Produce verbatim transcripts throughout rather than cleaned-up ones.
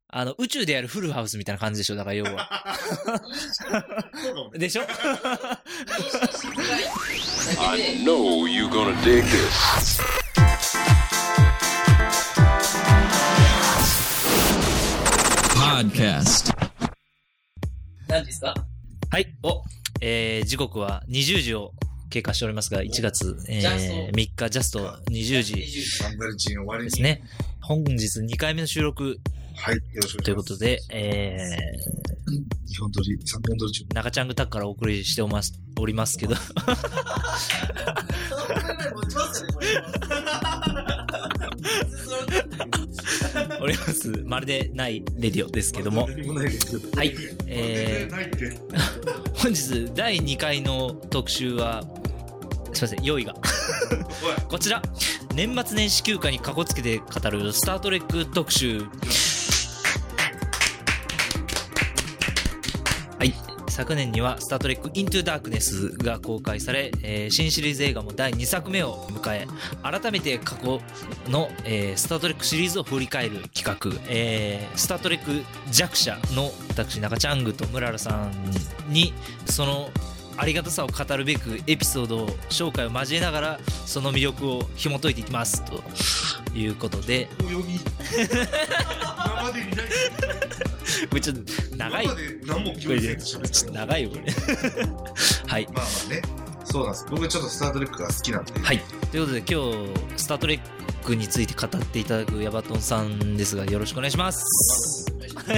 あの、宇宙でやるフルハウスみたいな感じでしょ、だから要は。でしょ I know you're gonna dig this. Podcast. 何時ですか？ はい。お、えー、時刻はにじゅうじを経過しておりますが、いちがつ、えー、みっか、ジャストにじゅうじですね。本日にかいめの収録。 はい。よろしくお願いします。 ということで、えー、にほん撮り、さんぼん撮り中。 中ちゃんぐたっからお送りしておます、おりますけど。おります。まるでないレディオですけども。はい。えー、本日だいにかいの特集は、すいません、用意が。こちら、年末年始休暇にかこつけて語るスタートレック特集。はい。昨年にはスタートレックイントゥダークネスが公開され、えー、新シリーズ映画もだいにさくめを迎え、改めて過去の、えー、スタートレックシリーズを振り返る企画、えー、スタートレック弱者の私中ちゃんぐとムララさんにそのありがたさを語るべくエピソード紹介を交えながらその魅力を紐解いていきますということで今までにないこれちょっと長い今まで何も興味ないちょっと長いよこれはいまあまあねそうなんです僕ちょっとスタートレックが好きなんではいということで今日スタートレックについて語っていただくヤバトンさんですがよろしくお願いしますはい、はい、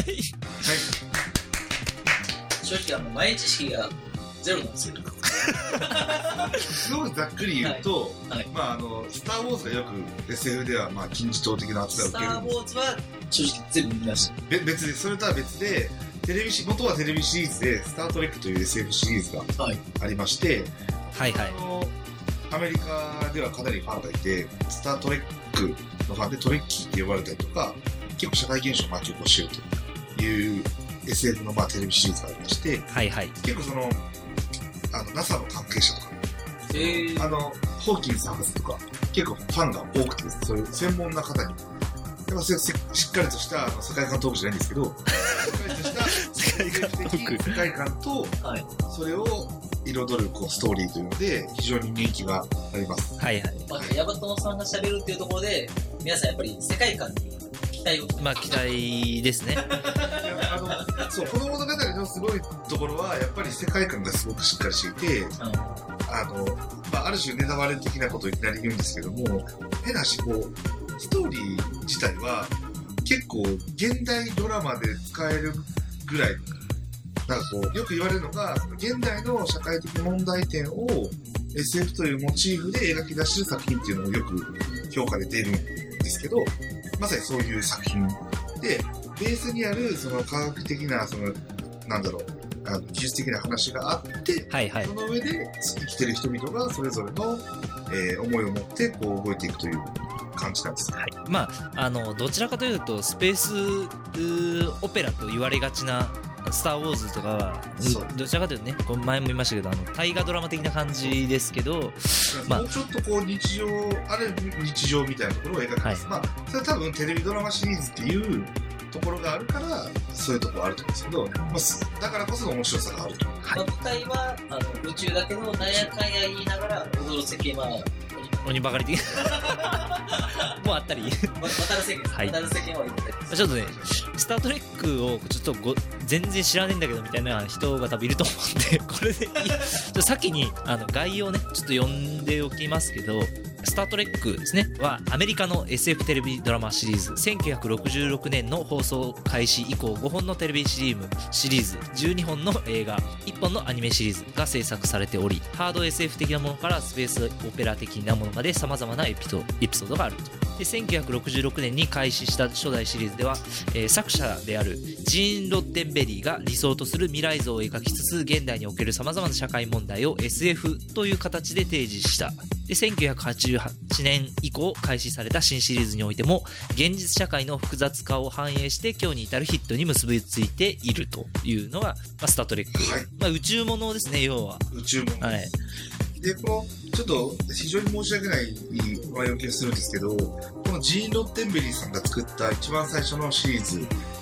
正直あの前知識がゼロなんですよすごいざっくり言うと、 はいはい、 まああのスター・ウォーズがよく エスエフ ではまあ金字塔的な扱いを受けるんです。 スター・ウォーズは正直全部見ました。 別でそれとは別でテレビし元はテレビシリーズでスター・トレックという エスエフ シリーズがありまして、 はいはい、 あのアメリカではかなりファンがいてスター・トレックのファンでトレッキーって呼ばれたりとか結構社会現象を巻き起こしているという エスエフ のまあテレビシリーズがありまして、 はいはい、 結構そのあの ナサ の関係者とか、 えー、 あのホーキンス博士とか結構ファンが多くてそういう専門な方にやっぱしっかりとしたあの世界観トークじゃないんですけどしっかりとした世界観トーク世界観と、はい、それを彩るこうストーリーというので非常に人気があります。 はいはい。 まあ、ヤバトンさんが喋るっていうところで皆さんやっぱり世界観に期待をまあ期待ですね。 あのそうこの物語のすごいところはやっぱり世界観がすごくしっかりしていて、うん、あのまあある種ネタバレ的なことをいきなり言うんですけども変な話こうストーリー自体は結構現代ドラマで使えるぐらいなんかこうよく言われるのが現代の社会的問題点を エスエフ というモチーフで描き出している作品っていうのをよく評価で出るんですけどまさにそういう作品でベースにあるその科学的なそのなんだろうあの技術的な話があって、 はいはい、その上で生きてる人々がそれぞれの、えー、思いを持ってこう動いていくという感じなんです、 はい、まああのどちらかというとスペースオペラと言われがちなスター・ウォーズとかはどちらかというとねこう前も言いましたけどあの大河ドラマ的な感じですけど、 まあ、もうちょっとこう日常ある日常みたいなところを描きます、はい、まあそれは多分テレビドラマシリーズっていうところがあるからそういうところあると思うんですけど、まあ、だからこその面白さがあると、 はいまあ、舞台はあの宇宙だけどなんやかんや言いながら踊る世間は鬼ばかり的もうあったり渡る世間、はい、渡る世間は言ってちょっとねスタートレックをちょっとご全然知らねえんだけどみたいな人が多分いると思うんでこれでいいちょっと先にあの概要をねちょっと読んでおきますけどスタートレックですねはアメリカの エスエフ テレビドラマシリーズせんきゅうひゃくろくじゅうろくねんの放送開始以降ごほんのテレビシリーズシリーズじゅうにほんの映画いっぽんのアニメシリーズが制作されておりハード エスエフ 的なものからスペースオペラ的なものまで様々なエピソードがあるとでせんきゅうひゃくろくじゅうろくねんに開始した初代シリーズでは、えー、作者であるジーン・ロッテンベリーが理想とする未来像を描きつつ現代における様々な社会問題を エスエフ という形で提示したでせんきゅうひゃくはちじゅうはちねん以降開始された新シリーズにおいても現実社会の複雑化を反映して今日に至るヒットに結びついているというのが、まあ、スタートレック、はいまあ、宇宙ものですね要は宇宙もの、 はいでこのちょっと非常に申し訳ない前置きをするんですけどこのジーン・ロッテンベリーさんが作った一番最初のシリーズ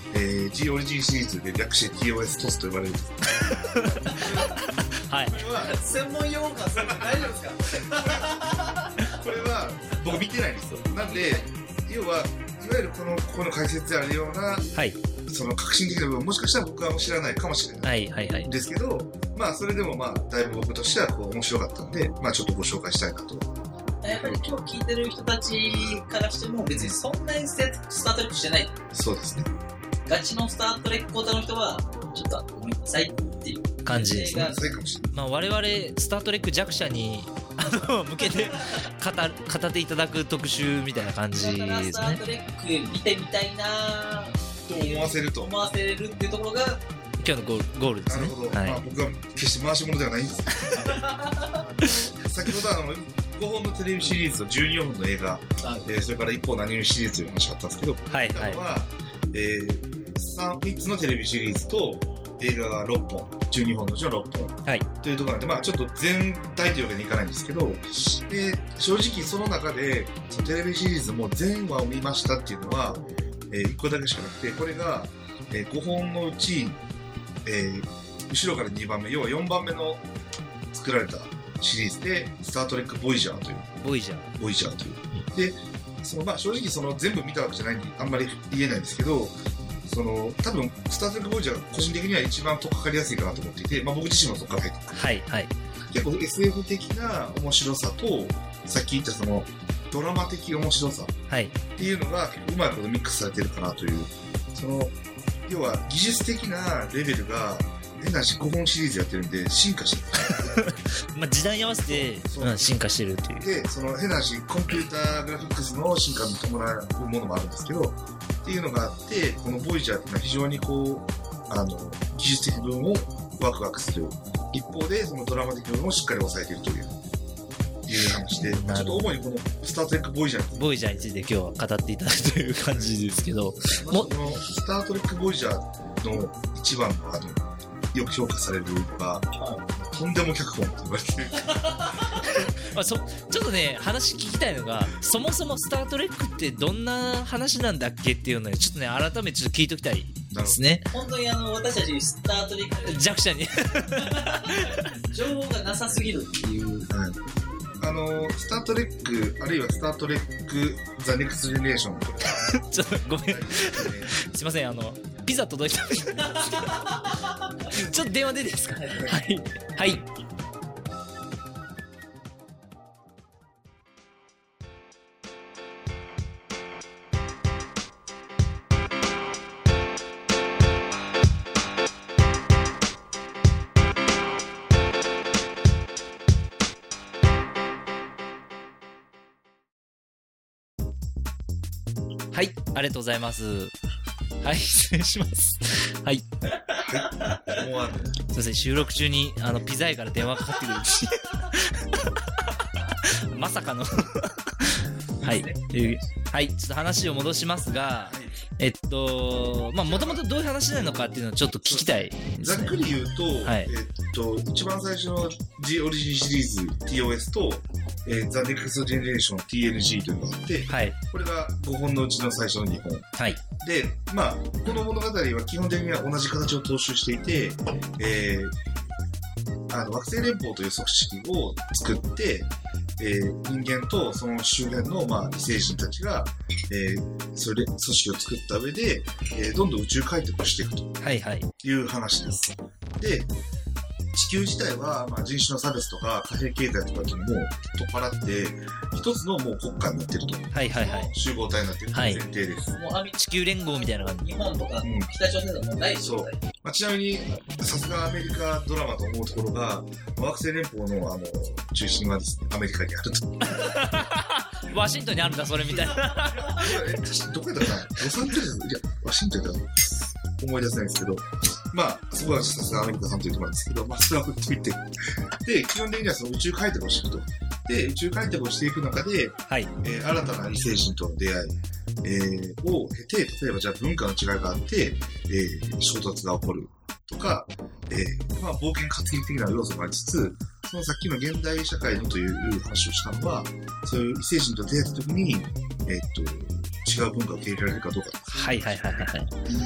えー、G オリジンシリーズで略して ティーオーエス トスと呼ばれるんですはい。 これは専門用語か、それ大丈夫ですか？ これは僕見てないんですよ。なんで要はいわゆるこのここの解説であるような、 はい。 その革新的な部分もしかしたら僕は知らないかもしれないはいはいはいんですけど、まあそれでもまあだいぶ僕としてはこう面白かったんで、まあちょっとご紹介したいなと。 やっぱり今日聞いてる人たちからしても別にそんなにスタートレックしてない。 そうですね。 ガチのスタートレックコータの人はちょっとごめんなさいっていう感じですね。 そういうかもしれない。 まあ我々スタートレック弱者にあの向けて語語っていただく特集みたいな感じですね。 だからスタートレック見てみたいなと思わせると思わせるっていうところが今日のゴール、ゴールですね。 なるほど。 はい、 まあ僕は決して回し物ではないんですけど先ほどあのごほんのテレビシリーズとじゅうにほんの映画、えー、それから一方のアニメシリーズという話があったんですけど、 はい今回は、えー、みっつのテレビシリーズと映画がろっぽん、じゅうにほんのうちのろっぽん、はい、というところなんで、まあちょっと全体というわけにいかないんですけど、で正直その中でそのテレビシリーズも全話を見ましたっていうのは、えー、いっこだけしかなくて、これが、えー、ごほんのうち、えー、後ろからにばんめ、要はよんばんめの作られたシリーズでスタートレックボイジャーというボイジャーボイジャーというでそのまあ正直その全部見たわけじゃないんであんまり言えないんですけど、その多分スタートレックボイジャーが個人的には一番取っかかりやすいかなと思っていて、まあ僕自身もそこから入ってはいはい結構 エスエフ 的な面白さとさっき言ったそのドラマ的面白さっていうのが結構うまいことミックスされてるかなという、その要は技術的なレベルが変なしごほんシリーズやってるんで進化してるまあ時代に合わせて、うん、進化してるっていうで、その変な話コンピューターグラフィックスの進化に伴うものもあるんですけどっていうのがあって、このボイジャーっていうのは非常にこうあの技術的部分をワクワクする一方でそのドラマ的部分をしっかり抑えているといういう話で、ちょっと主にこのスタートレックボイジャーボイジャーについて今日は語っていただくという感じですけど、 まあ、そのスタートレックボイジャーの一番のあのよく評価されるのが、とんでも脚本って言われてるまあそちょっとね話聞きたいのが、そもそもスタートレックってどんな話なんだっけっていうのをちょっとね改めてちょっと聞いときたいですね。 本当にあの私たちスタートレック弱者に情報がなさすぎるっていう、 はい、あのスタートレックあるいはスタートレックザネクストジェネレーションとかちょっとごめんすいません、あのピザ届いたちょっと電話出ていいですか。はいはいはい、ありがとうございます。はい、失礼します。はい。 思わぬ。 すいません、収録中にあのピザ屋から電話かかってくるしまさかのはい、はい、ちょっと話を戻しますが、えっとまあもともとどういう話なのかっていうのをちょっと聞きたいですね。 ざっくり言うと、はい、えっと一番最初の G オリジンシリーズ ティーオーエス と、えー、ザ・ネクストジェネレーション ティーエヌジー というのがあって、はい、これがごほんのうちの最初のにほん、はい、でまあこの物語は基本的には同じ形を踏襲していて、えー、あの惑星連邦という組織を作ってえー、人間とその周辺の、まあ、異星人たちが、えー、それ組織を作った上で、えー、どんどん宇宙開拓をしていくという話です。はいはい、で地球自体は、まあ、人種の差別とか貨幣経済とかっていうのも取っ払って一つのもう国家になってると、はいはいはい、集合体になってるという前提です。 はい、もう地球連合みたいな感じ。 日本とか、うん、北朝鮮でもない状態。 まあ、ちなみにさすがアメリカドラマと思うところが惑星連邦のあの中心はですねアメリカにあるとワシントンにあるんだそれみたいなえどこやったかなロサンゼルスいやワシントンやったか思い出せないですけどまあそこはさすがアメリカさんというところなんですけどまあそれは振ってみてで基本的にはその宇宙開拓をしていくとで宇宙開拓をしていく中で、はいえー、新たな異星人との出会いえー、を経て、例えばじゃあ文化の違いがあって、えー、衝突が起こるとか、えー、まあ冒険活劇的な要素がありつつ、そのさっきの現代社会のという話をしたのは、そういう異星人と出会った時に、えー、っと、違う文化を受け入れられるかどうかとか。 はいはいはいはい。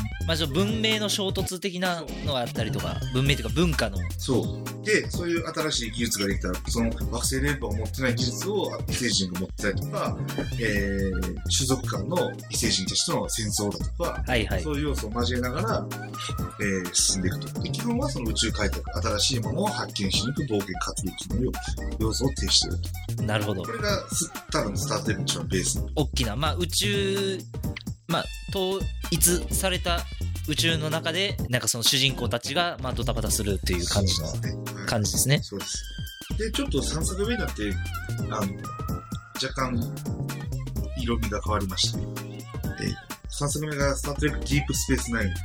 まあ、ちょっと文明の衝突的なのがあったりとか、文明というか文化の。 そう。で、そういう新しい技術ができたら、その惑星連邦を持ってない技術を異星人が持ってたりとか、えー、種族間の異星人たちとの戦争だとか、 はいはい。 そういう要素を交えながら、えー、進んでいくと。で、基本はその宇宙開拓、新しいものを発見しに行く冒険活劇の要素を呈していると。 なるほど。 これがス、多分スタートレックのベース。 大きな、まあ宇宙、まあ統一された宇宙の中で、なんかその主人公たちが、まあドタバタするっていう感じの、感じですね。 そうです。で、ちょっとさんさくめになって、あの、若干、色味が変わりまして、えー、さんさくめがスタートレックディープスペースナイン。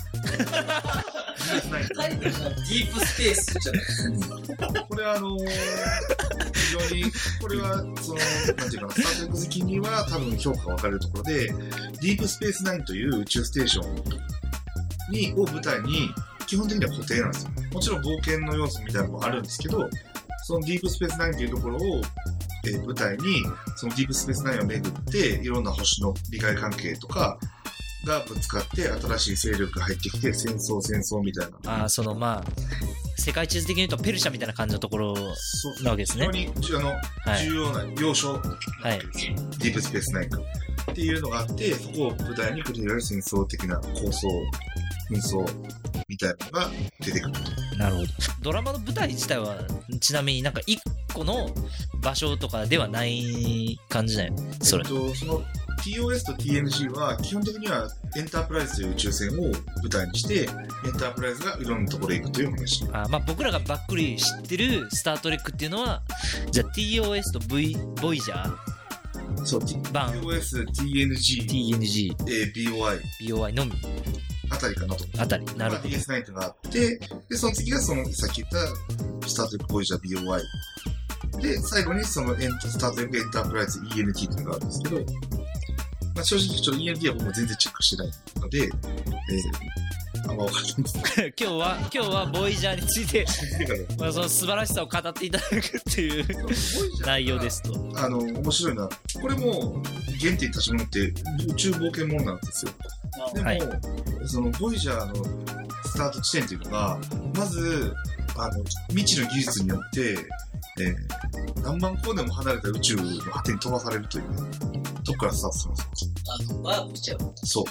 タイトルがディープスペースじゃないですか。 これはあのー、非常に、これは、その、なんていうかな、スタートレック好きには多分評価が分かれるところで、ディープスペースナインという宇宙ステーションに、を舞台に、基本的には固定なんですよ。もちろん冒険の要素みたいなのもあるんですけど、そのディープスペースナインというところを、えー、舞台に、そのディープスペースナインを巡って、いろんな星の利害関係とかがぶつかって、新しい勢力が入ってきて、戦争、戦争みたいな。 ああ、そのまあ、世界地図的に言うとペルシャみたいな感じのところなわけですね。 非常にあの、重要な要所、 はい、 ディープスペースナインっていうのがあって、そこを舞台に繰り広げる戦争的な構想、紛争みたいなのが出てくると。 なるほど。ドラマの舞台自体は、ちなみになんか一個の場所とかではない感じだよね。それ。 えっと、その ティーオーエス と ティーエヌジー は基本的にはエンタープライズという宇宙船を舞台にして、エンタープライズがいろんなところへ行くという話。 あ、まあ僕らがばっくり知ってるスタートレックっていうのは、じゃあ ティーオーエス と V、ボイジャーそう、ティーオーエス、ティーエヌジー、 ティーエヌジー、 えー、ビーオーアイ、 ビーオーアイ のみ。 あたりかなと。 あたり。なるほど。 ティーエスナイン があって、で、その次がその、さっき言った、スタートレックボイジャー ビーオーアイ。で、最後にそのエン、スタートレックエンタープライズ イーエヌティー っていうのがあるんですけど、まあ正直ちょっと イーエヌティー は僕も全然チェックしてないので、えー、あんま分かんないんです今日は、今日はボイジャーについて、まあその素晴らしさを語っていただくっていう内容ですと。 あの、面白いのは、これも原点に立ち戻って宇宙冒険ものなんですよ。でも、はい、そのボイジャーのスタート地点というのが、まず、あの、未知の技術によって、えー、何万光年も離れた宇宙の果てに飛ばされるという、とこからスタートするんですよ。 あの、ワープしちゃう。 そう。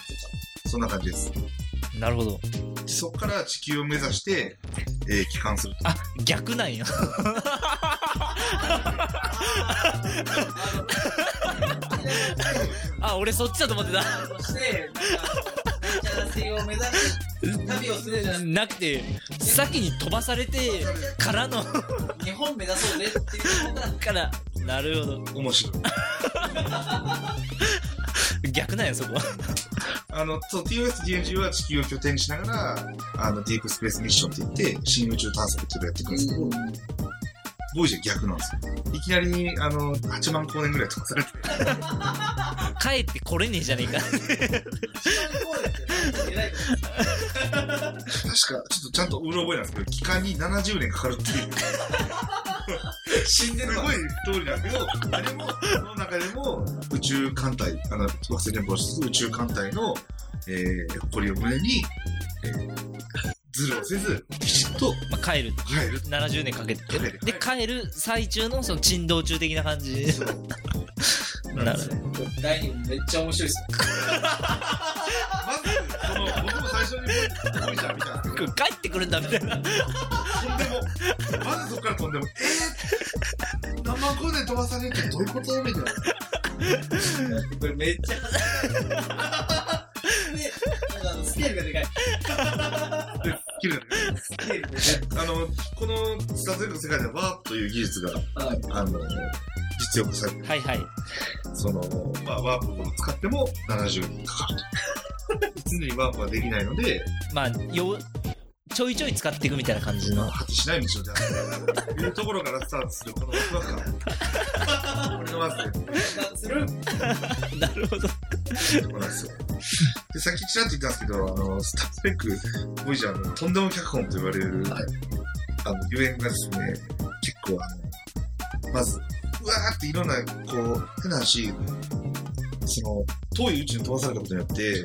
そんな感じです。 なるほど。 でそこから地球を目指して、えー、帰還する。 あ、逆なんや。あ、俺そっちだと思ってた。 そして、なんか、星を目指す旅をするじゃなくて、先に飛ばされてからの日本目指そうねっていうのがから、なるほど。 面白い。 逆なんや、そこは。 あの、そう、ティーオーエス ティーエヌジー は地球を拠点にしながら、あの、ディープスペースミッションって言って、新宇宙探索っていうのをやっていくんですけど、ボイジャー逆なんですよ。いきなり、あの、はちまん光年ぐらい飛ばされて。 帰ってこれねえじゃねえか。 確か、ちょっとちゃんとうろ覚えなんですけど、帰還にななじゅうねんかかるっていう。死んでるすごい通りなんですけど、でも、その中でも、宇宙艦隊、あの、惑星連邦室宇宙艦隊の、えー、誇りを胸に、えー、ズルをせず、きちっと、 まあ、帰る。 帰る。 ななじゅうねんかけて。 帰るで、帰る最中の、その、珍道中的な感じ。なるほど。 だいにめっちゃ面白いっすよ。 まず、その、僕も最初にボイジャー見たんですけど、 帰ってくるんだみたいな。 飛んでも、まずそこから飛んでも、えー、何万光年飛ばされるってどういうことみたいな。 これめっちゃ、で、なんかあの、スケールがでかい。 スケールがでかい。 スケールがでかい。 あの、このスタートレックの世界ではワープという技術が、 はい、 あの、実用化されて、 はいはい。 その、まあ、ワープを使ってもななじゅうねんかかると。常にワープはできないので、 まあ、よ、ちょいちょい使っていくみたいな感じの。 果てしない道をじゃあ、いうところからスタートするこのワクワク感。これがまず、 するなるほど。 ところなんですよ。で、さっきちらっと言ったんですけど、あの、スタートレック、ボイジャーのとんでも脚本と言われる、はい、あの、ゆえんがですね、結構あの、まず、うわーっていろんな、こう、変な話、その、遠い宇宙に飛ばされたことによって、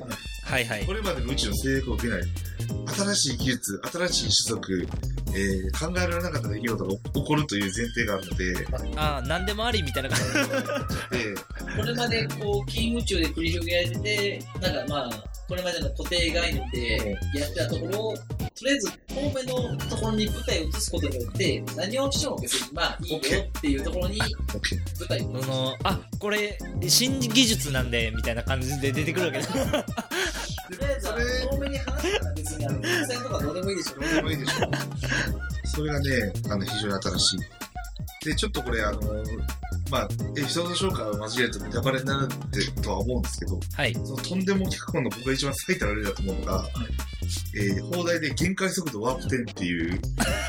はいはいこ。れまでの宇宙の制約を受けない、新しい技術、新しい種族、えー、考えられなかった出来事が起こるという前提があるので、 ああ、なんでもありみたいな感じで。 でこれまでこう金宇宙で繰り広げられてて、なんかまあこれまでの固定概念でやってたところを、とりあえず遠目のところに舞台を移すことによって何をしても別にまあいいよっていうところに舞台を移す。 そのあこれ新技術なんでみたいな感じで出てくるわけだ。 とりあえずは遠目に話したら別にあの風船とかどうでもいいでしょ。 どうでもいいでしょ。それがね、あの非常に新しい。で、ちょっとこれ、あの、まあ、エピソード紹介を交えるとネタバレになるってとは思うんですけど、 はい。 そのとんでも企画の僕が一番最たる例だと思うのが、はい、えー、放題で限界速度ワープテンっていう、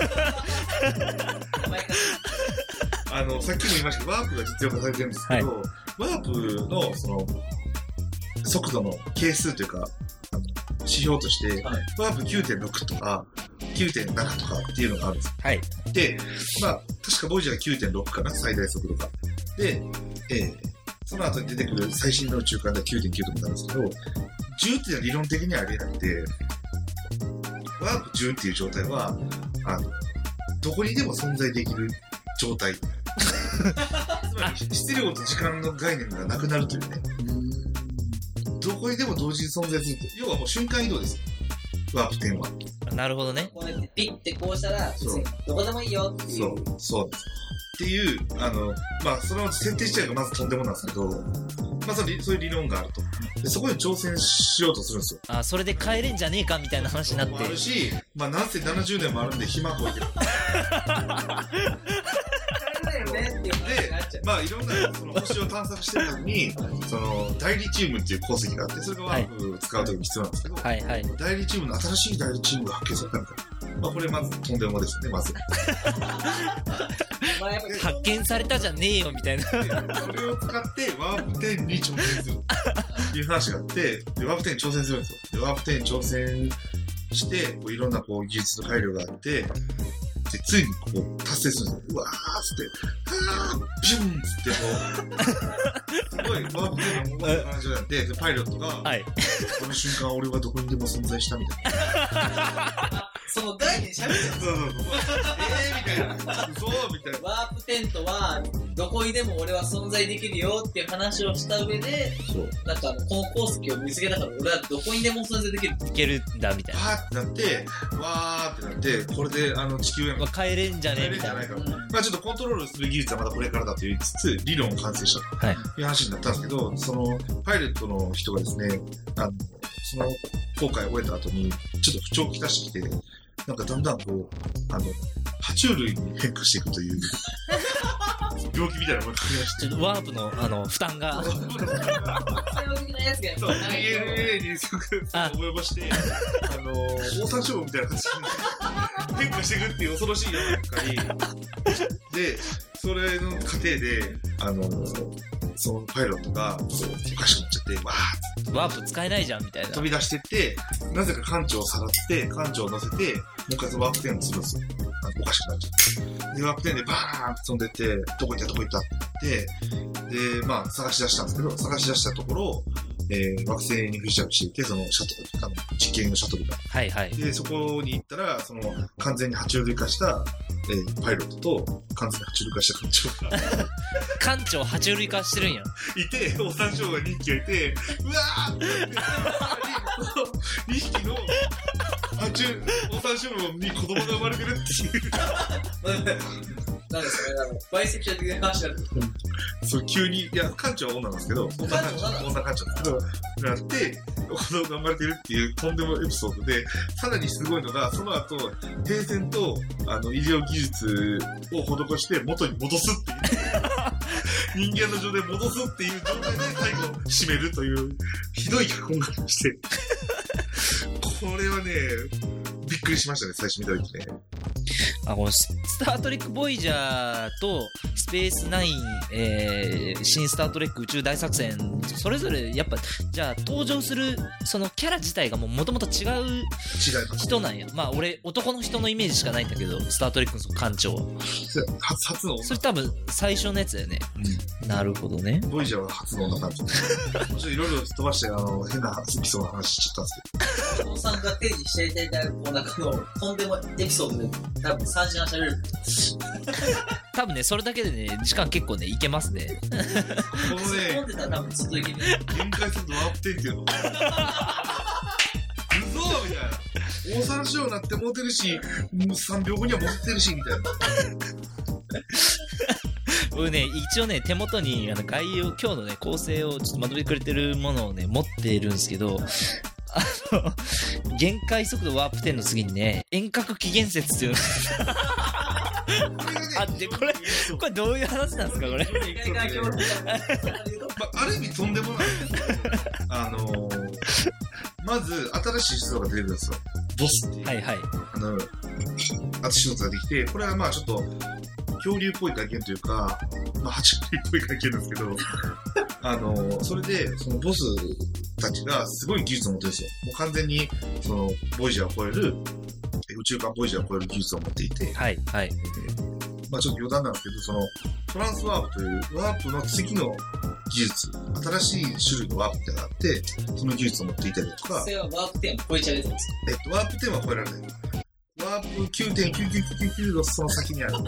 あの、さっきも言いましたけど、ワープが実用化されてるんですけど、はい、ワープの、その、速度の係数というか、あの指標として、はい、ワープ きゅうてんろく とか、きゅうてんなな とかっていうのがあるんです。はい。で、まあ、確かボイジャーが きゅうてんろく かな、最大速度が。で、えー、その後に出てくる最新の宇宙間では きゅうてんきゅう とかなんですけど、じゅうっていうのは理論的にはありえなくて、ワープじゅうっていう状態は、あの、どこにでも存在できる状態。つまり、質量と時間の概念がなくなるというね。どこにでも同時に存在するって。要はもう瞬間移動です。ワープじゅうは。 なるほどね。 こうやってピッてこうしたら、別にどこでもいいよっていう。 そう、そうです。っていう、あの、まあ、その設定自体がまずとんでもなんですけど、まあ、そのそういう理論があると。で、そこに挑戦しようとするんですよ。 あ、それで帰れんじゃねえかみたいな話になって。 もあるし、まあ、なんせななじゅうねんもあるんで暇こいてる。で、まあ、いろんなその星を探索してるのに、その、代理チームっていう鉱石があって、それがワープを使うときに必要なんですけど、はいはい、代理チームの新しい代理チームが発見されたみたいな。まあ、これまずとんでもですよね、まず。 発見されたじゃねえよみたいな。それを使ってワープじゅうに挑戦するっていう話があって、でワープじゅうに挑戦するんですよ。でワープじゅうに挑戦して、こういろんなこう技術の改良があって、でついにこう達成するんですよ。うわーっつって、はービュンっつってこう、すごいワープじゅうの感じになって、でパイロットが、はい、この瞬間俺はどこにでも存在したみたいな。 その概念喋ってる。 そうそうそう。えーみたいな。そうみたいな。 ワープテントは、どこにでも俺は存在できるよっていう話をした上で、そうなんかこの鉱石を見つけたから俺はどこにでも存在できる。 いけるんだみたいな。 パーってなって、わーってなって、これであの地球への。 帰れんじゃねえみたいな。 帰れんじゃないから。まあちょっとコントロールする技術はまだこれからだと言いつつ、理論を完成したという話になったんですけど、そのパイロットの人がですね、あの、その航海を終えた後に、ちょっと不調をきたしてきて、なんかだんだんこう、あの、爬虫類に変化していくという、病気みたいなものがありまして。 ちょっとワープの、あの、負担が。 最後的なやつが。 そう、ディーエヌエー にすごく及ぼして、あの、オオサンショウウオみたいな形に変化していくっていう恐ろしい世の中に、で、それの過程で、あの、そのパイロットが、おかしくなっちゃって、わーワープ使えないじゃんみたいな。 飛び出してって、なぜか艦長をさらって、艦長を乗せて、もう一回ワープじゅうをするんですよ。おかしくなっちゃって。で、ワープじゅうでバーンって飛んでって、どこ行ったどこ行ったって言って、で、まあ、探し出したんですけど、探し出したところ、えー、惑星に不時着していて、そのシャトル、あの、実験のシャトルが。はいはい。で、そこに行ったら、その、完全に爬虫類化した、えー、パイロットと、完全に爬虫類化した艦長が。 艦長爬虫類化してるんや。 いて、オオサンショウウオがにひきがいて、うわーって言って、にひきの、爬虫、オオサンショウウオに子供が生まれてるっていう。 なんですかね、あの、バイセクシャル的な話になる。 そう、急に、いや、艦長は女なんですけど、女艦長、女艦長ですけど、なって、子供が生まれてるっていうとんでもエピソードで、さらにすごいのが、その後、停戦と、あの、医療技術を施して元に戻すっていう、人間の状態に戻すっていう状態で最後、締めるという、ひどい脚本がありまして、これはね、びっくりしましたね、最初見た時ね。 あこのスタートレックボイジャーとスペースナイン、えー、新スタートレック宇宙大作戦それぞれやっぱじゃあ登場するそのキャラ自体がもともと違う人なんや。まあ俺男の人のイメージしかないんだけどスタートレックの艦長は初初の女それ多分最初のやつだよね、うん、なるほどね。 ボイジャーは初の女艦長もちろんいろいろ飛ばしてあの変なエピソードの話しちゃったんですけどお父さんが提示していただいた中のとんでもエピソードで多分さんじかん喋れる多分ねそれだけでね時間結構ねいけますねこのね突っ込んでたら多分ずっといける限界するとワープテンっていうのうそみたいな大三章になってモテるしさんびょうごにはモテてるしみたいな僕ね一応ね手元にあの概要今日のね構成をちょっとまとめてくれてるものをね持ってるんですけどあの限界速度ワープテンの次にね遠隔起源説っていうのあってこれこれどういう話なんですかこれまあ、ある意味とんでもないあのー、まず新しい種族が出てくるんですよボスっていうはいはいあの新しい種族ができてこれはまあちょっと恐竜っぽい外見というかまあ爬虫類っぽい外見なんですけどあのー、それでそのボスたちがすごい技術を持ってるんですよもう完全にそのボイジャーを超える宇宙間ボイジャーを超える技術を持っていてはいはい、 えーまあちょっと余談なんですけどそのトランスワープというワープの次の技術新しい種類のワープってのがあってその技術を持っていたりとかそれはワープテンを超えちゃうやつですか。 えっとワープテンは超えられないワープ きゅうてんきゅうきゅうきゅうきゅうきゅう のその先にある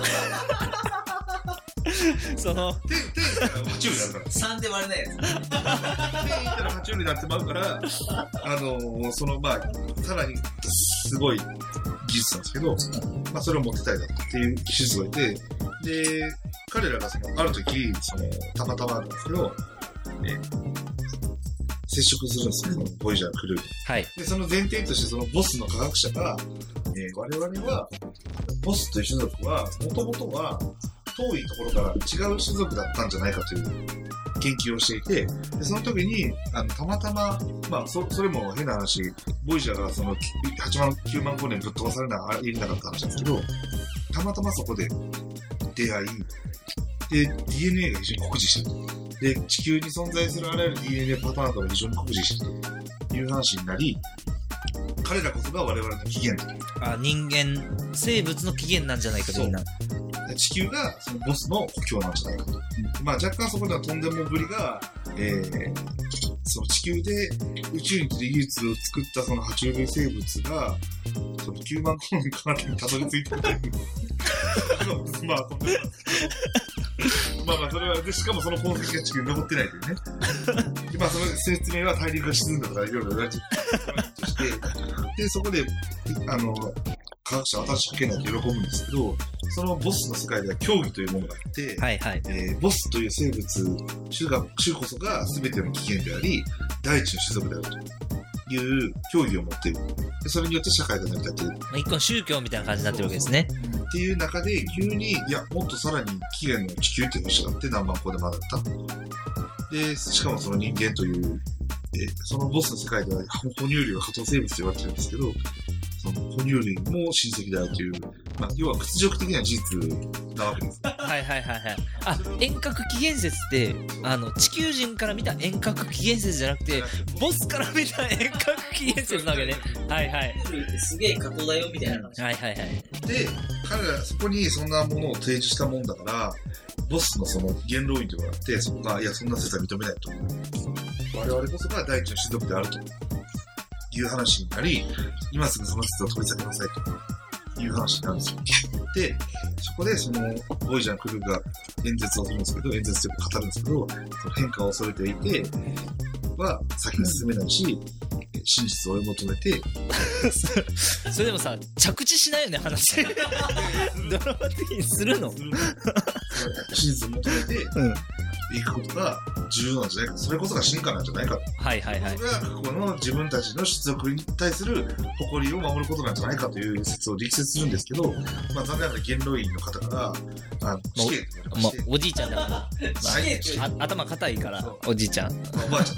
その点点からはちよりになるからさんで割れないやつ点いったらはちよりになってまうからあのー、そのまあさらにすごい技術なんですけど、まあ、それを持ってたりだっていう技術がいてで彼らがそのある時そのたまたまなんですけど、えー、接触するんですよそのボイジャークルーはいでその前提としてそのボスの科学者が、えー、我々はボスという種族はもともとは遠いところから違う種族だったんじゃないかという研究をしていてでその時にあのたまたま、まあ、そ, それも変な話ボイジャーがそのはちまんきゅうまんごねんぶっ飛ばされなありえなかった話なんですけどたまたまそこで出会いで ディーエヌエー が非常に酷似してるで地球に存在するあらゆる ディーエヌエー パターンと非常に酷似してるという話になり彼らこそが我々の起源とあ人間生物の起源なんじゃないかというな地球がそのボスの故郷なんじゃないかと、うん、まあ若干そこではとんでもぶりが、えー、その地球で宇宙に技術を作ったその爬虫類生物がそのきゅうまんごねんかかってたどり着いたというまあとんでもないですけどまあまあそれはでしかもその痕跡が地球に残ってないというねでまあその説明は大陸が沈んだとかいろいろ言われてるとしてでそこであの科学者は新しい発見だと喜ぶんですけどそのボスの世界では競技というものがあって、 はいはいえー、ボスという生物種が種こそが全ての起源であり大地の種族であるという競技を持っているでそれによって社会が成り立っている、 まあ、一個の宗教みたいな感じになってるわけですねっていう中で急にいやもっとさらに起源の地球っていう星があって何万個で学んだでしかもその人間というえそのボスの世界では哺乳類は下等生物と言われてるんですけどその哺乳類も親戚であるという、まあ、要は屈辱的な事実なわけです。 はいはいはいはい。あ、遠隔起源説ってあの地球人から見た遠隔起源説じゃなくてボスから見た遠隔起源説なわけね。はいはい。 すげえ過去だよみたいな話。 はいはいはい。 で、彼らそこにそんなものを提示したもんだからボスのその元老院というのがあってそこがいやそんな説は認めないと。我々こそが第一の種族であるという話になり今すぐその説を取り下げなさいという話になるんですよ。でそこでそのボイジャークルーが演説をするんですけど演説というか語るんですけどその変化を恐れていては先に進めないし、うん、真実を追い求めてそれでもさ着地しないよね話ドラマ的にするの真実を求めて、うん行くことが重要なんじゃないかそれこそが進化なんじゃないかはいはいはいそれが過去の自分たちの種族に対する誇りを守ることなんじゃないかという説を力説するんですけど、まあ、残念ながら元老院の方からあの死刑と言われまして、 まあ、おじいちゃんだから、まあ、あ頭固いからおじいちゃん、まあ、 おばあちゃん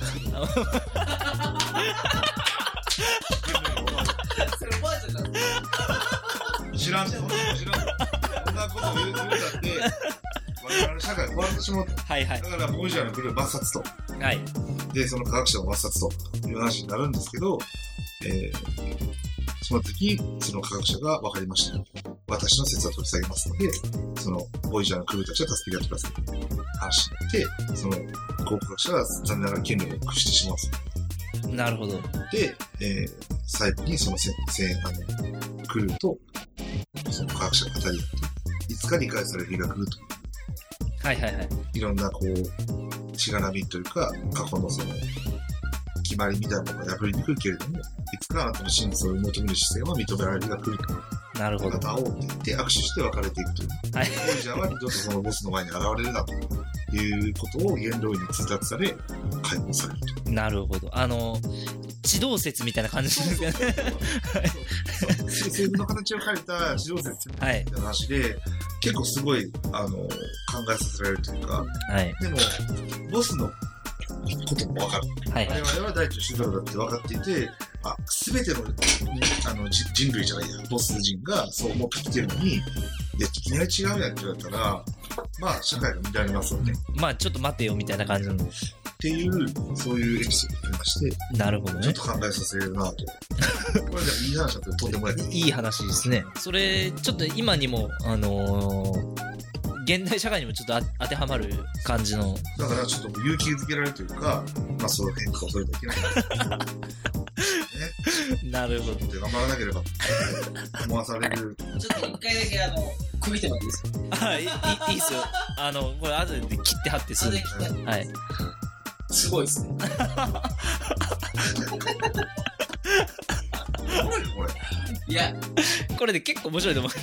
それおばあちゃんだ知らん、そんなこと知らん。そんなことを言うたって、我々の社会が壊れてしまうと。 はいはい。 だから、ボイジャーの国を抹殺と。 はい。 で、その科学者を抹殺という話になるんですけど、えー、その時、その科学者が分かりました。私の説は取り下げますので、その、ボイジャーのクルーたちは助けてやってください。話になって、その、考古学者は残念ながら権力を駆使してしまうと。 なるほど。 で、えー、最後にそのせ、せ、あの、クルーと、その科学者が語り合って、いつか理解される日が来ると。 はいはいはい。 いろんな、こう、しがらみというか、過去のその、決まりみたいなものが破りにくいけれども、いつかあなたの真実を求める姿勢は認められる日が来ると。 なるほど。 あなたをって言って握手して別れていくという。 はい。 ボイジャーは二度とそのボスの前に現れるなということを元老院に通達され、解放されると。 なるほど。あの、地動説みたいな感じですよね。 政府の形を変えた地動説みたいな話で、はい、結構すごい、あの、考えさせられるというか、 はい、 でも、ボスのこともわかる。はいはい、我々は大地主導だって分かっていて、あ、すべての、あの人類じゃないや、ボス人がそう思ってきてるのに、いや、いきなり違うやんって言われたら、まあ、社会が乱れますよね。 まあ、ちょっと待てよみたいな感じの。 っていう、そういうエピソードがありまして、 なるほどね。 ちょっと考えさせるなと。これでもいい話だととんでもない。 いい話ですね。それ、ちょっと今にも、あのー、現代社会にもちょっと当てはまる感じの。 だからちょっと勇気づけられるというか、まあそういう変化を取ればいけない。 ね、なるほど。 頑張らなければ思わされる。 ちょっと一回だけあの、区切ってもらっていいですか？ はい、いいいっすよ。あの、これ後で切って貼ってすぐ。はい。 すごいっすね。 これ。 いや、 これで結構面白いと思う。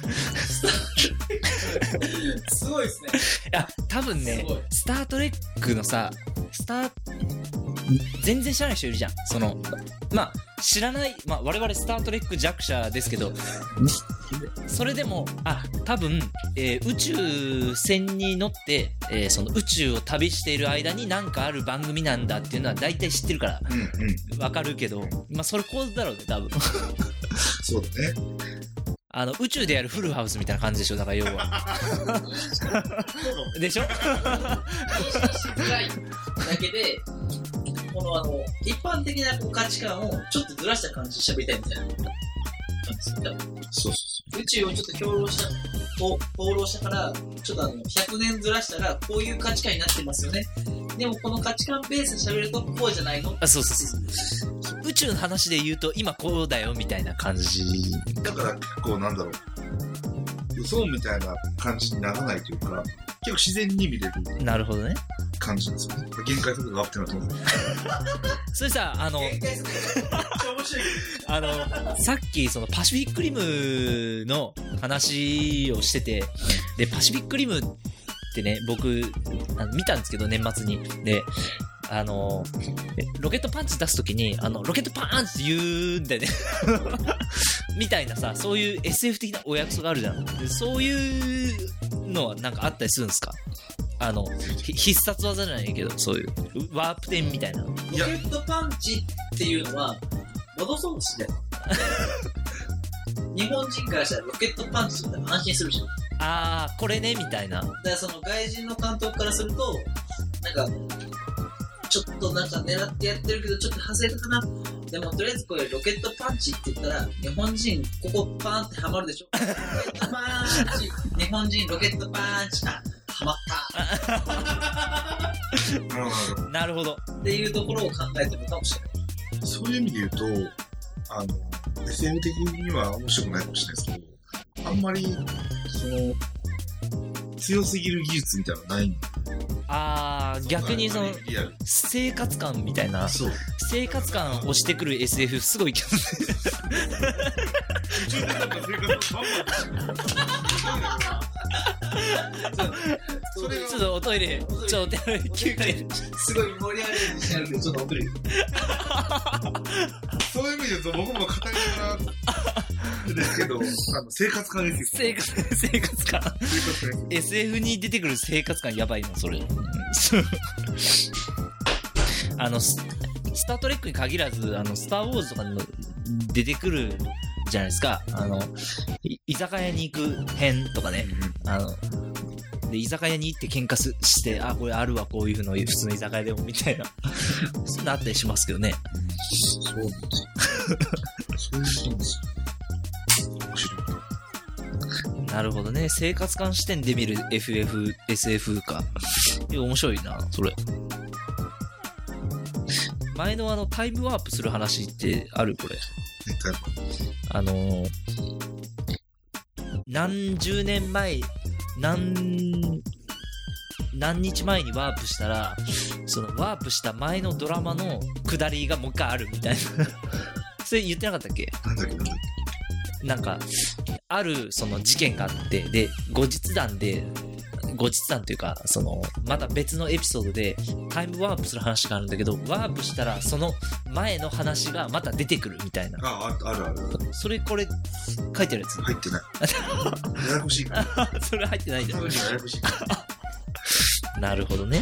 すごいっすね。 いや、多分ね、スタートレックのさ、スター、全然知らない人いるじゃん。その、まあ、知らない、まあ、我々スタートレック弱者ですけど、それでも、あ、多分、えー、宇宙船に乗って、えー、その宇宙を旅している間に何かある番組なんだっていうのは大体知ってるから、うんうん、わかるけど、まあ、それ構図だろうね、多分。 そうだね。 あの、宇宙でやるフルハウスみたいな感じでしょ、だから要は。でしょ？ 認識しづらいだけで、このあの、一般的なこう価値観をちょっとずらした感じで喋りたいみたいな感じですよ。 そうそう。 宇宙をちょっと評論した、放浪したから、ちょっとあの、ひゃくねんずらしたら、こういう価値観になってますよね。でもこの価値観ベースで喋ると、こうじゃないの？ あ、そうそうそう。宇宙の話で言うと、今こうだよ、みたいな感じ。 だから結構なんだろう。嘘みたいな感じにならないというか、結構自然に見れる。 なるほどね。 感じですよね。限界速度がアップってなと思う。 それさ、あの、 限界速度めっちゃ面白い。 あの、さっきそのパシフィックリムの話をしてて、で、パシフィックリムってね、僕、あの見たんですけど、年末に。で、あの、ロケットパンチ出すときに、あの、ロケットパンチって言うんだよね。みたいなさ、そういう エスエフ 的なお約束があるじゃん。でそういうのはなんかあったりするんですか？あの、必殺技じゃないけど、そういう、ワープ点みたいな。 ロケットパンチっていうのは、戻そうとしてる。日本人からしたらロケットパンチって安心するじゃん。 あー、これね、みたいな。 だからその外人の監督からすると、なんか、ちょっとなんか狙ってやってるけど、ちょっと外れたかな。でもとりあえずこれロケットパンチって言ったら、日本人ここパーンってハマるでしょ。ロケットパンチ日本人ロケットパンチあハマったなるほどっていうところを考えてるかもしれない。 そういう意味で言うと、あの エスエフ 的には面白くないかもしれないですけど、あんまりその強すぎる技術みたいなのないんで。 あー、逆にその生活感みたいな、そう生活感をしてくる エスエフ すごいけどね。それちょっとおトイレ、ちょっとおトイレ休憩。 すごい盛り上がる自信あるけど、ちょっとおトイレ。 そういう意味で言うと僕も語りながらですけど、あの生活感ですよ。 生活、生活感。エスエフ に出てくる生活感やばいな、それ。あの、スタートレックに限らず、あの、スターウォーズとかに出てくるじゃないですか。あの、い居酒屋に行く編とかね。あの、で、居酒屋に行って喧嘩すして、あ、これあるわ、こういうの、普通の居酒屋でも、みたいな。そういうのあったりしますけどね。 そうなんですよ。そういうことなんですよ。面白い。 なるほどね。生活感視点で見る エフエフ、エスエフ か。いや、面白いな、それ。前のあの、タイムワープする話ってあるこれ。あのー、何十年前、何、何日前にワープしたら、そのワープした前のドラマの下りがもう一回あるみたいな。それ言ってなかったっけ？ なんだっけなんだっけなんか、あるその事件があって、で、後日談で、後日談というか、その、また別のエピソードでタイムワープする話があるんだけど、ワープしたらその前の話がまた出てくるみたいな。 あ、あ、あるある。 それこれ、書いてるやつ入ってない。ややこしいから。 それ入ってないんだよ。 多分ややこしいから。 なるほどね。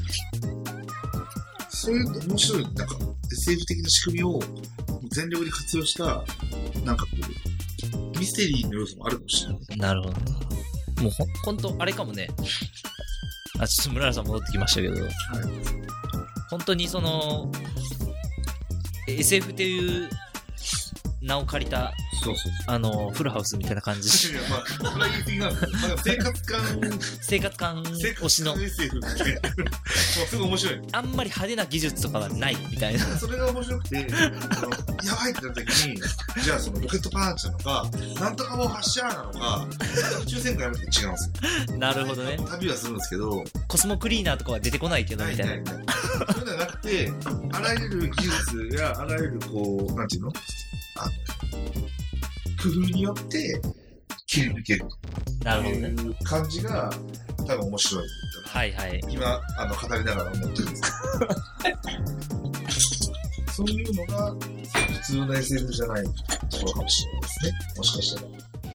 そういう面白い、なんか エスエフ 的な仕組みを全力で活用した、なんかこう、ミステリーの要素もあるかもしれない。 なるほどね。もうほ、ほんと、あれかもね。あ、ちょっと村原さん戻ってきましたけど、はい、本当にその、エスエフ っていう名を借りた、 そうそうそうあの、フルハウスみたいな感じ。 いや、まあ、これは言い過ぎなんですけど、まあ、生活感、 生活感推しの。 エスエフ って、もうすごい面白い。 あんまり派手な技術とかはないみたいな。 それが面白くて、あのやばいってなった時に、じゃあそのロケットパンチなのか、なんとかもう発射なのか、宇宙戦艦やめて違うんですよ。 なるほどね。 旅はするんですけど、 コスモクリーナーとかは出てこないけど、みたいな。 ないないない。そういうのはなくて、あらゆる技術や、あらゆるこう、なんていうのあの、工夫によって切り抜けるなるほどね。 という感じが多分面白い。 はいはい。 今、あの、語りながら思ってるんですけど。そういうのが普通の エスエフ じゃないところかもしれないですね。もしかしたら。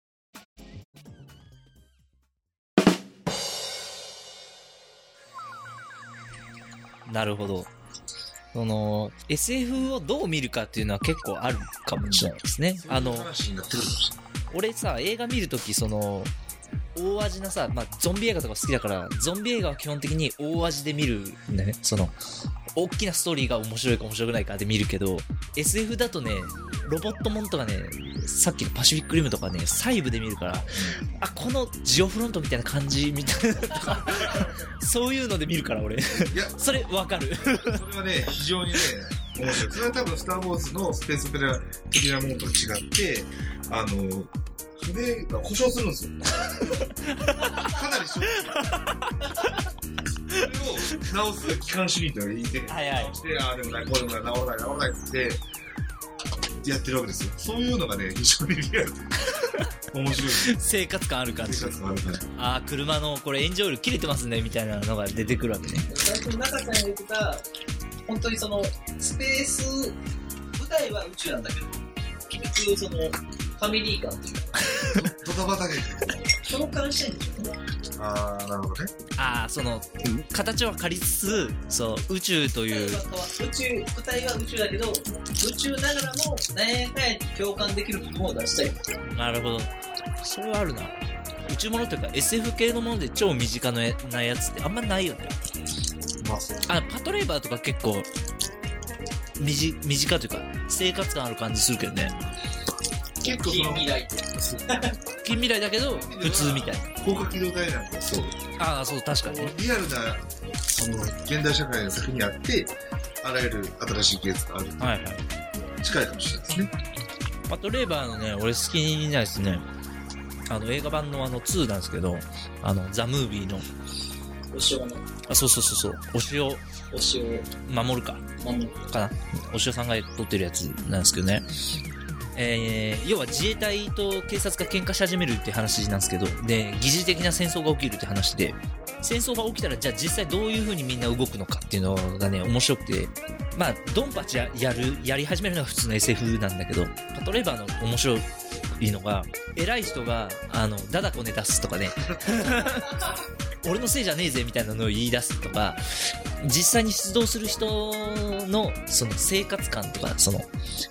なるほど。その エスエフ をどう見るかっていうのは結構あるかもしれないですね。あの俺さ映画見るときその大味なさ、まあ、ゾンビ映画とか好きだからゾンビ映画は基本的に大味で見るんだよね。その大きなストーリーが面白いか面白くないかで見るけど エスエフ だとねロボットもんとかねさっきのパシフィックリムとかね細部で見るからあこのジオフロントみたいな感じみたいなとかそういうので見るから俺いやそれ分かるそれはね非常にね面白い。それは多分スター・ウォーズのスペースオペラ的なものと違ってあの船が故障するんですよかなりショックそれを直す機関主義というのがいて、はいはい、してああでもないこうでもない直らない直らないってやってるわけですよ。そういうのがね非常にリアルで面白い生活感ある感じ。 生活感ある感じ。 ああ車のこれエンジンオイル切れてますねみたいなのが出てくるわけね。 最初中さんが言ってた本当にそのスペース舞台は宇宙なんだけど結局そのファミリー感というかドタバタ劇共感したいんでしょうね。 ああなるほどね。 ああその形は借りつつそう宇宙という宇宙舞台は宇宙だけど宇宙ながらも何やかんや共感できる部分を出したい。 なるほどそれはあるな。宇宙ものというか エスエフ 系のもので超身近なやつってあんまないよね。 まあ、 あパトレーバーとか結構身近というか生活感ある感じするけどね。 結構近未来近未来だけど普通みたいな高架機動隊なんかそうああそう確かにねリアルなその現代社会の先にあってあらゆる新しい技術があるはいはい近いかもしれないですね。 パトレーバーのね俺好きにないですね。あの映画版のあのツーなんですけどあのザ・ムービーのお塩のあそうそうそうそうお塩お塩守るか守るかなお塩さんが撮ってるやつなんですけどね。えー、要は自衛隊と警察が喧嘩し始めるって話なんですけどで疑似的な戦争が起きるって話で戦争が起きたらじゃあ実際どういう風にみんな動くのかっていうのがね面白くてまあドンパチややるやり始めるのが普通の エスエフ なんだけどパトレーバーの面白いのが偉い人があのダダこね出すとかね俺のせいじゃねえぜみたいなのを言い出すとか実際に出動する人のその生活感とかその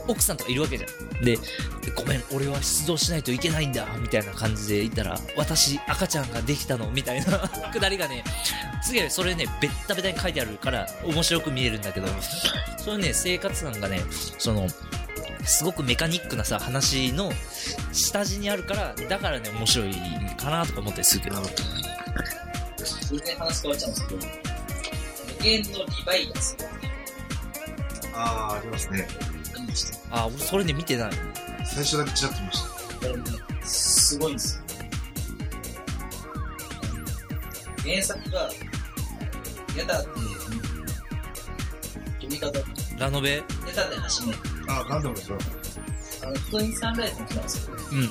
奥さんとかいるわけじゃん。で、ごめん、俺は出動しないといけないんだ、みたいな感じで言ったら、私、赤ちゃんができたの、みたいなくだりがね、次はそれね、ベッタベタに書いてあるから、面白く見えるんだけど、そのね、生活感がね、その、すごくメカニックなさ、話の下地にあるから、だからね、面白いかなとか思ったりするけど。 全然話変わっちゃうんですけど、無限のリバイアス。 あー、ありますね。 何でした？ あ、俺それね、見てない。 最初だけちらっと見ました。 これね、すごいんですよ。原作が、やたって、読み方、 ラノベ？ やたって始め。 あー、ガンダムですよ。 あの、普通にサンライズの人なんですけど、 うん。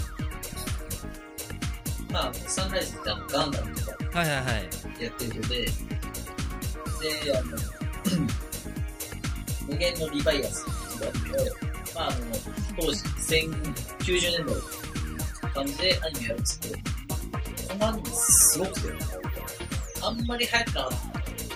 まあ、サンライズってあの、ガンダムとかはいはいはい。 やってる人で、で、あの、無限のリバイアスっていうのがあって、まあ、あの、当時、せんきゅうじゅうねんだいの感じでアニメやるんですけど、このアニメすごくて、あんまり流行ってなかった。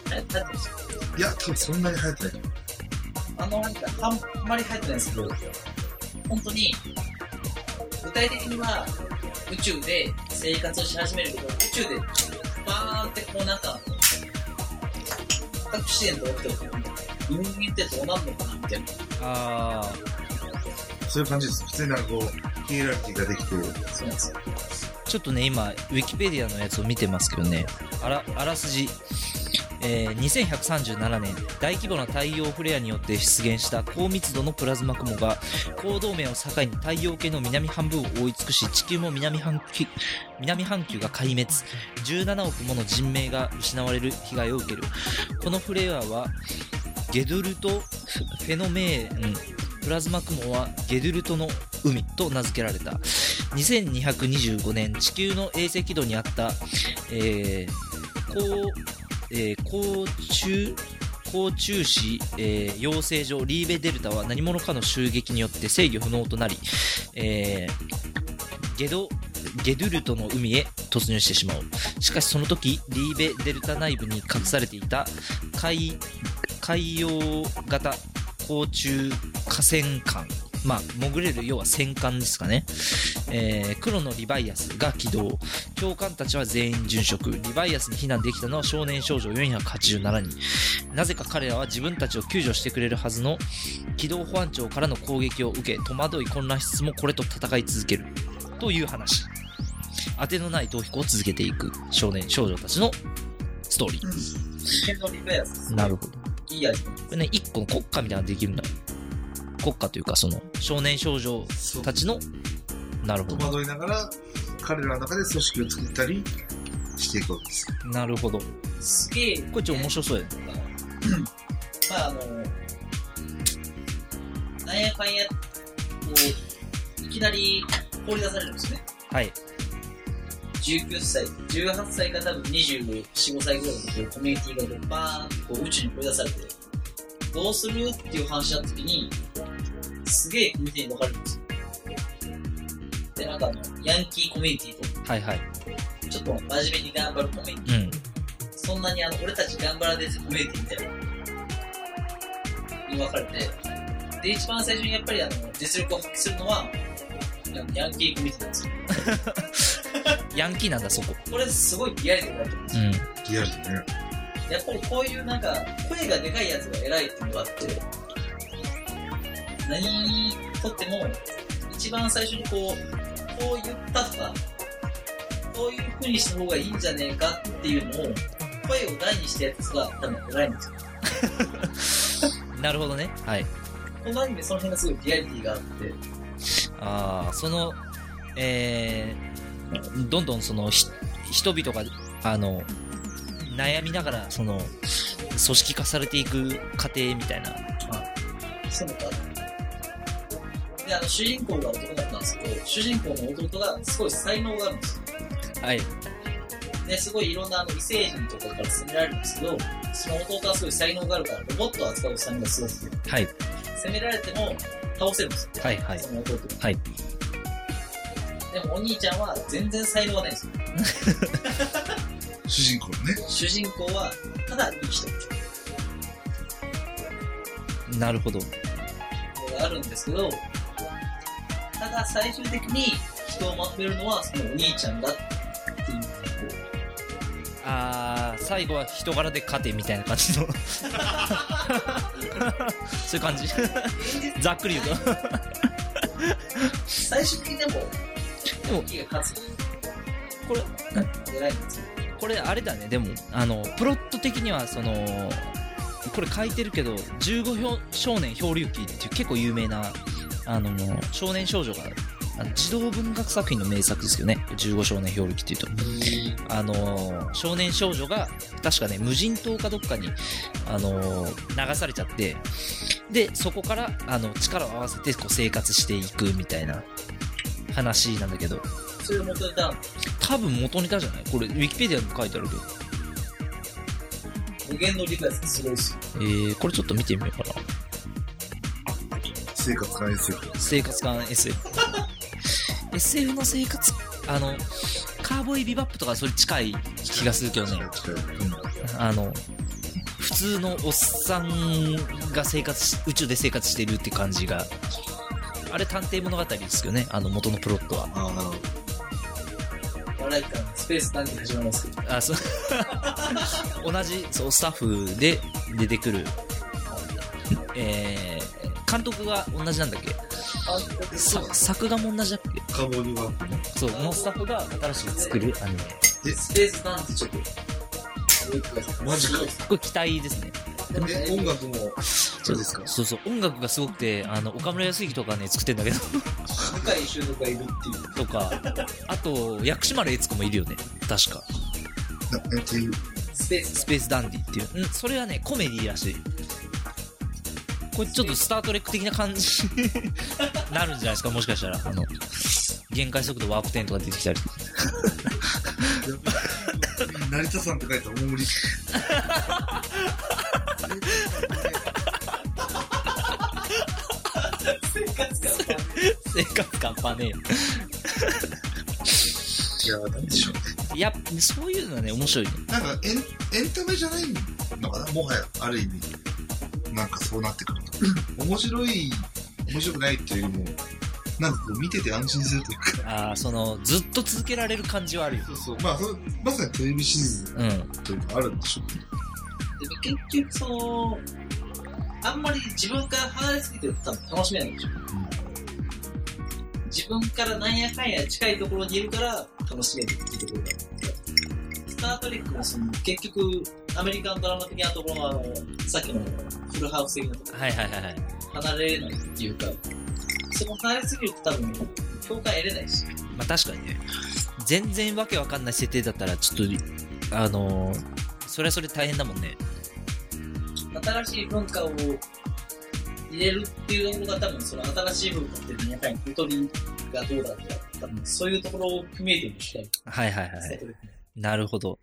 流行ってないんですよ。 いや、多分そんなに流行ってない。 あのアニメあんまり流行ってないんですけど、本当に、具体的には宇宙で生活をし始めるけど、宇宙でバーンってこうなんか、アクシデントが起きた時に、人間ってどうなるのかなみたいな。 あそういう感じです。普通になんかこう、ヒエラルキーができて、 そうなんですよ。 ー、ちょっとね、今、ウィキペディアのやつを見てますけどね、あら、あらすじ。えー、にせんひゃくさんじゅうななねん、大規模な太陽フレアによって出現した高密度のプラズマ雲が高同盟を境に太陽系の南半分を覆い尽くし、地球も南半球、南半球が壊滅、じゅうななおくもの人命が失われる被害を受ける。このフレアはゲドゥルトフェノメーン、プラズマ雲はゲドゥルトの海と名付けられた。にせんにひゃくにじゅうごねん、地球の衛星軌道にあった、えー、高えー、甲虫甲虫市、えー、養成所リーベデルタは何者かの襲撃によって制御不能となり、えー、ゲドゲドゥルトの海へ突入してしまう。しかしその時リーベデルタ内部に隠されていた海海洋型甲虫河川艦、まあ、潜れる要は戦艦ですかね、えー、黒のリバイアスが起動。教官たちは全員殉職。リバイアスに避難できたのは少年少女よんひゃくはちじゅうななにん。なぜか彼らは自分たちを救助してくれるはずの機動保安庁からの攻撃を受け、戸惑い混乱しつつもこれと戦い続けるという話。当てのない逃避行を続けていく少年少女たちのストーリー。 無限のリバイアス。 なるほど。 いいアニメ。 これね、一個の国家みたいなのができるんだ。国家というか、その少年少女たちの、なるほ戸ど。 惑いながら、彼らの中で組織を作ったりしていくわけです。 なるほど。 すげえ。 これちょっと面白そうやね。 まああの、なんやかんや、こう、いきなり放り出されるんですよね。 はい。 じゅうきゅっさい、じゅうはっさいか多分にじゅうよん、ごさいぐらいの時のコミュニティがこうバーンとこう宇宙に放り出されて、どうするっていう話になった時に、すげえコミュニティに分かれるんですよ。で、なんかあの、ヤンキーコミュニティと、 はいはい。 ちょっと真面目に頑張るコミュニティ、 うん。 そんなにあの、俺たち頑張らねえぜコミュニティみたいな、に分かれて、で、一番最初にやっぱりあの、実力を発揮するのは、ヤンキーコミュニティなんですよ。 ヤンキーなんだ、そこ。 これすごいリアリティだと思うんですよ。 うん。 リアルでね。 やっぱりこういうなんか、声がでかいやつが偉いっていうのがあって、何にとっても、一番最初にこう、こう言ったとか、こういう風にした方がいいんじゃねえかっていうのを、声を大にしたやつが多分偉いんですよ。 なるほどね。はい。 このアニメその辺がすごいリアリティがあって、 ああ、その、えー、どんどんその、ひ人々が、あの、悩みながら、その、組織化されていく過程みたいな。 そうか。で、あの、主人公が男だったんですけど、主人公の弟がすごい才能があるんですよ。 はい。 で、すごいいろんなあの異星人とかから攻められるんですけど、その弟はすごい才能があるから、ロボットを扱う才能がすごくて、 はい。 攻められても倒せるんですよ。 はいはい。 その弟が。 はい。 でもお兄ちゃんは全然才能がないんですよ。 主人公のね。 主人公はただいい人。 なるほど。 あるんですけど、ただ最終的に人をまとめるのはそのお兄ちゃんだっていう。 あー、最後は人柄で勝てみたいな感じのそういう感じざっくり言うと最終的にでもでもキが勝つこれ偉いんですよ。 これあれだね。でもあのプロット的にはそのこれ書いてるけどじゅうご少年漂流記っていう結構有名なあの少年少女があの児童文学作品の名作ですよね。じゅうご少年漂流記っていうとあの少年少女が確かね無人島かどっかにあの流されちゃって、でそこからあの力を合わせてこう生活していくみたいな話なんだけど、 それ元ネタ多分元ネタじゃないこれウィキペディアにも書いてあるけど、 無限の理解すごいですよ。 えー、これちょっと見てみようかな。 生活感 エスエフ。 生活感 エスエフ エスエフ の生活あのカーボーイビバップとかそれ近い気がするけどね、うん、あの普通のおっさんが生活し宇宙で生活してるって感じが、あれ探偵物語ですよね、あの元のプロットは。 あ笑いからスペース探偵始まりますけど、 あそう同じそうスタッフで出てくる、えー、監督が同じなんだっけ、さ作画も同じだっけ、 カーボーイビバップね。 そうのスタッフが新しく作るアニメ。 スペース探偵ちょっとマジか。 これ期待ですね。 え、音楽もそうですか。 そうそう、音楽がすごくて、あの岡村康之とかね作ってんだけど向井秀とかいるっていうとか、あと薬師丸悦子もいるよね確か。 なっていうスペーススペースダンディっていう、うん、それはねコメディらしい。これちょっとスタートレック的な感じなるんじゃないですか、もしかしたら。あの限界速度ワープテンとか出てきたり成田さんって書いたら大盛り生活感生活感パネーいや、なんでしょうね。 いやそういうのはね面白いね。 なんかエン、エンタメじゃないのかな、もはや。ある意味なんかそうなってくると面白い面白くないっていうよりも、なんかこう見てて安心するというか、 ああ、そのずっと続けられる感じはあるよ。 そうそう、まあそれまさにテレビシリーズうんというかあるんでしょうね。 でも結局そのあんまり自分から離れすぎてると多分楽しめないんでしょ、うん、自分からなんやかんや近いところにいるから楽しめるっていうところがあって、スタートレックもその結局アメリカンドラマ的なところのあのさっきのフルハウス的なところ、 はいはいはいはい、 離れれないっていうか、そこ離れすぎると多分共感得れないし、 まあ確かにね、全然わけわかんない設定だったらちょっとあのー、それはそれ大変だもんね。 新しい文化を入れるっていうところが多分その新しい文化っていうのやっぱりゆとりがどうだとか、多分そういうところを組み入れてるしない。 はいはいはい。なるほど。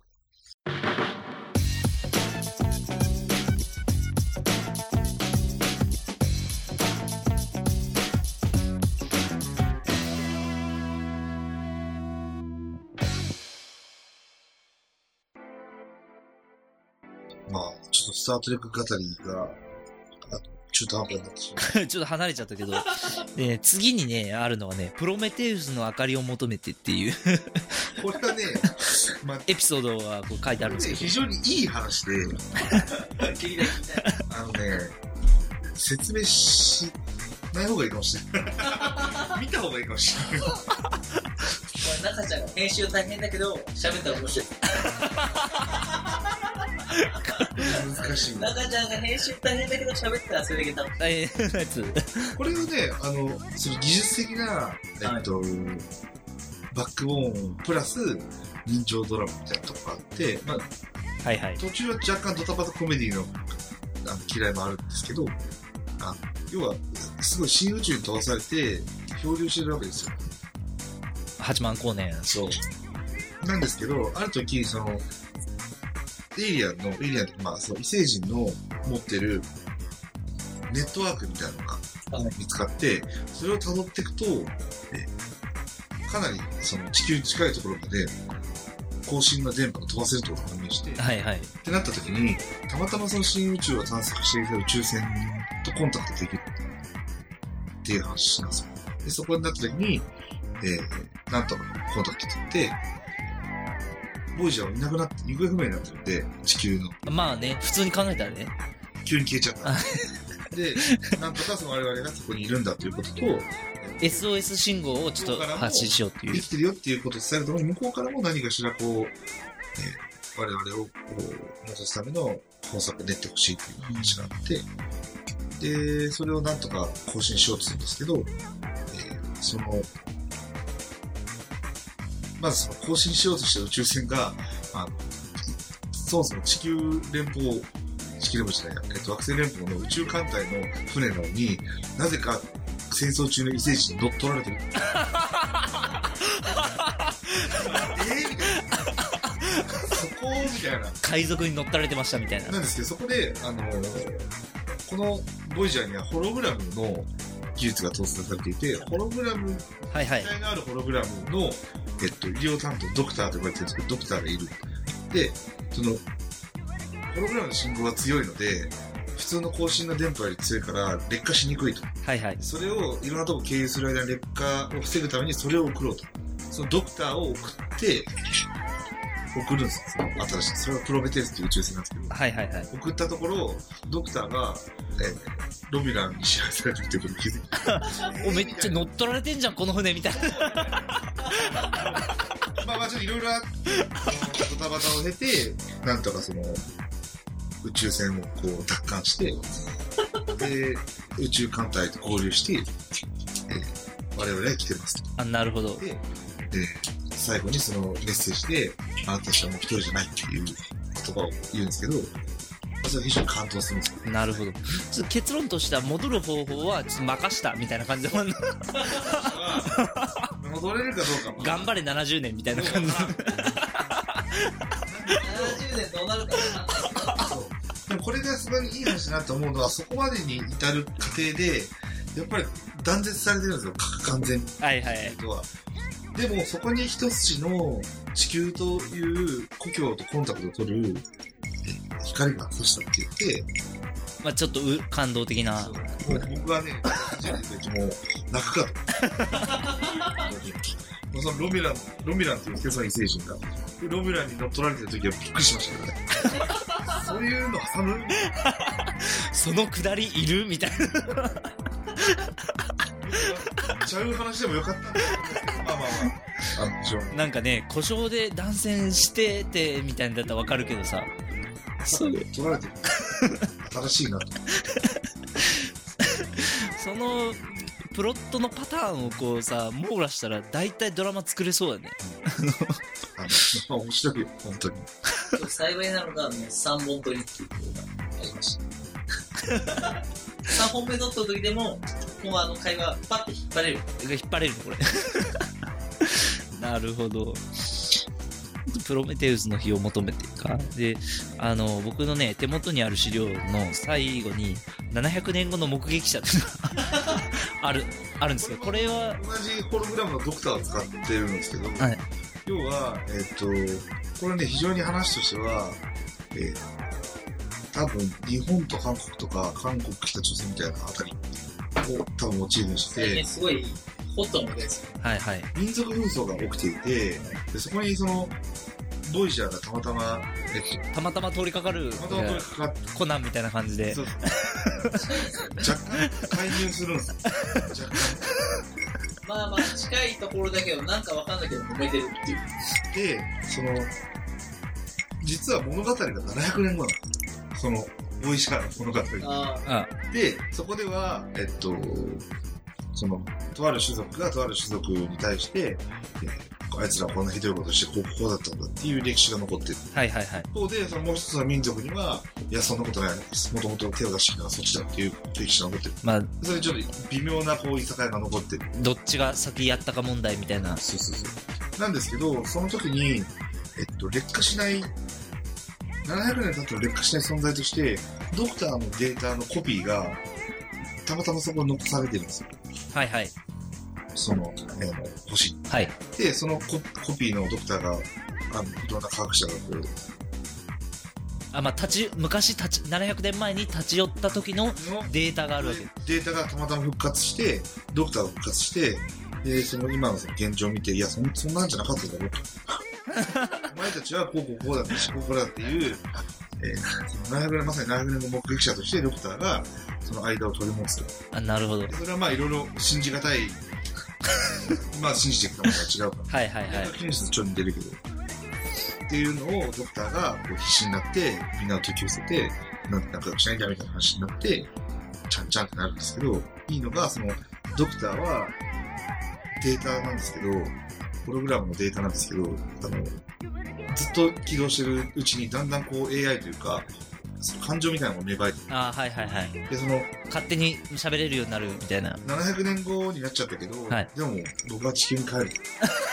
まあ、ちょっとスタートレック語りが、あ中途半端になってしまう。 ちょっと離れちゃったけど、で、次にね、あるのはね、プロメテウスの明かりを求めてっていうこれはね、まあ、 エピソードがこう書いてあるんですけど、 非常にいい話で、あのね、説明しない方がいいかもしれない。見た方がいいかもしれない。 これ中ちゃんが編集大変だけど喋ったら面白い。 難しい。 中ちゃんが編集大変だけど喋ったらそれだけ楽しい。 大変なやつ。 これはね、あの、その技術的な、えっと、はい、バックボーンプラス人情ドラマみたいなとこがあって、まあ、 はいはい。 途中は若干ドタバタコメディのあの嫌いもあるんですけど、あ要はすごい新宇宙に飛ばされて漂流してるわけですよ。 はちまん光年。 そう。なんですけど、ある時そのエイリアンのエイリアンってまあその異星人の持ってるネットワークみたいなのが見つかって、それを辿っていくと、えかなりその地球に近いところまで高進な電波を飛ばせるってことが判明して、 はいはい。 ってなった時に、たまたまその新宇宙を探索していた宇宙船とコンタクトできる。 っていう話なんですよ。で、そこになった時に、えー、なんとかコンタクト取って、ボイジャーはいなくなって、行方不明になってるんで、地球の。 まあね、普通に考えたらね。 急に消えちゃった。で、なんとかその我々がそこにいるんだということと、 エスオーエス 信号をちょっと発信しようっていう。 生きてるよっていうことを伝えるために、向こうからも何かしらこう、えー、我々をこう、戻すための方策を練ってほしいという話があって、で、それをなんとか更新しようとするんですけど、えー、その、まずその更新しようとした宇宙船が、あの、そもそも地球連邦、地球連邦じゃないや、えっと、惑星連邦の宇宙艦隊の船なのに、なぜか戦争中の異星人に乗っ取られてる。えーみたいな。そこみたいな。 海賊に乗っ取られてましたみたいな。 なんですけど、そこで、あのー、このボイジャーにはホログラムの技術が搭載されていて、ホログラム、 はいはい。 機体があるホログラムの、えっと、医療担当、ドクターと呼ばれてるんですけど、ドクターがいる。で、その、ホログラムの信号が強いので、普通の更新の電波より強いから劣化しにくいと。 はいはい。 それをいろんなとこ経由する間に劣化を防ぐためにそれを送ろうと。そのドクターを送って、送るんですよ。その新しい。それはプロメテウスっていう宇宙船なんですけど。 はいはいはい。 送ったところ、ドクターが、えー、ロミュランに支配されてるっていうことに気づいた。 お、めっちゃ乗っ取られてんじゃん、この船みたいな。 まあまあちょっといろいろあって、ドタバタを経て、なんとかその、宇宙船をこう奪還して、で、宇宙艦隊と合流して、えー、我々は来てますと。 あ、なるほど。 で、で最後にそのメッセージで、あなたたちはもう一人じゃないっていう言葉を言うんですけど、それは非常に感動するんですよ。 なるほど。ちょっと結論としては戻る方法はちょっと任したみたいな感じで戻れるかどうか。 頑張れななじゅうねんみたいな感じ。 ななじゅうねんどうなるかな。 そう。でもこれがすごいいい話だなと思うのは、そこまでに至る過程で、やっぱり断絶されてるんですよ、完全に。 はいはい。 でもそこに一筋の地球という故郷とコンタクトを取る光が差したって言って、 まあちょっとう感動的な。 僕はね、初めての時も泣くかと。そのロミュラン、ロミュランっていうスケソン異星人が、ロミュランに乗っ取られてる時はびっくりしましたけどね。そういうの挟むそのくだりいるみたいな。 ちゃう話でもよかったんですけど、まあまあまあ。あのなんかね、故障で断線しててみたいなんだったらわかるけどさ。 そう取られてる。新しいなと。 そのプロットのパターンをこうさ網羅したら大体ドラマ作れそうだね。 あの面白いよ本当に。 幸いなのがさんぼん撮りっていうのがありました。さんぼんめ撮った時でももうあの会話パッて引っ張れる。 引っ張れるのこれ。なるほど。プロメテウスの日を求めてかで、あの僕のね手元にある資料の最後にななひゃくねんごの目撃者っていうのがあるあるんですけど、これは同じホログラムのドクターを使ってるんですけど、 はい、 要はえっとこれね非常に話としては、えー、多分日本と韓国とか韓国北朝鮮みたいなあたりを多分モチーフにして、 すごいホットなですよ。 はいはい。 民族紛争が起きていて、でそこにそのボイジャーがたまたま、えっと、 たまたま通りかかるたまたま通りかかってコナンみたいな感じで、 そう若干介入するんですよ。若干。 まあまあ近いところだけどなんかわかんないけど揉めてるっていう。 で、その実は物語がななひゃくねんごなの。そのボイジャーの物語。 あで、そこではえっと。そのとある種族がとある種族に対して、えー、あいつらこんなひどいことしてこうこうだったんだっていう歴史が残ってる。 はいはいはい。 一方でそのもう一つの民族にはいやそんなことない、もともと手を出してきたのはそっちだっていう歴史が残ってる。 まあそれちょっと微妙なこういさかいが残ってる。 どっちが先やったか問題みたいな。 そうそうそう。なんですけどその時にえっと劣化しないななひゃくねん経っても劣化しない存在としてドクターのデータのコピーがたまたまそこに残されてるんですよ。 はいはい。 その、えー、星。 はい。 で、その コ, コピーのドクターが、あの、いろんな科学者がこう、 あ、まあ、立ち、昔立ち、 ななひゃくねんまえに立ち寄った時のデータがあるわけ。 データがたまたま復活して、ドクターが復活して、で、その今の現状を見て、いや、そんそんなんじゃなかっただろうと。お前たちはこうこうこうだったし、こうこうだっていう、えー、ななひゃくねん、まさにななひゃくねんの目撃者としてドクターがその間を取り持つと。 あ、なるほど。 それはまあいろいろ信じがたい、まあ信じてきたものが違うから。 はいはいはい。 記念室ちょっと似てるけど。っていうのをドクターがこう必死になって、みんなを解き伏せて、なんかしないんだみたいな話になって、ちゃんちゃんってなるんですけど、いいのが、その、ドクターはデータなんですけど、プログラムのデータなんですけど、あの、ずっと起動してるうちにだんだんこう エーアイ というか、その感情みたいなのが芽生えてる。 ああ、はいはいはい。 で、その、 勝手に喋れるようになるみたいな。 ななひゃくねんごになっちゃったけど、 はい、 でも僕は地球に帰る。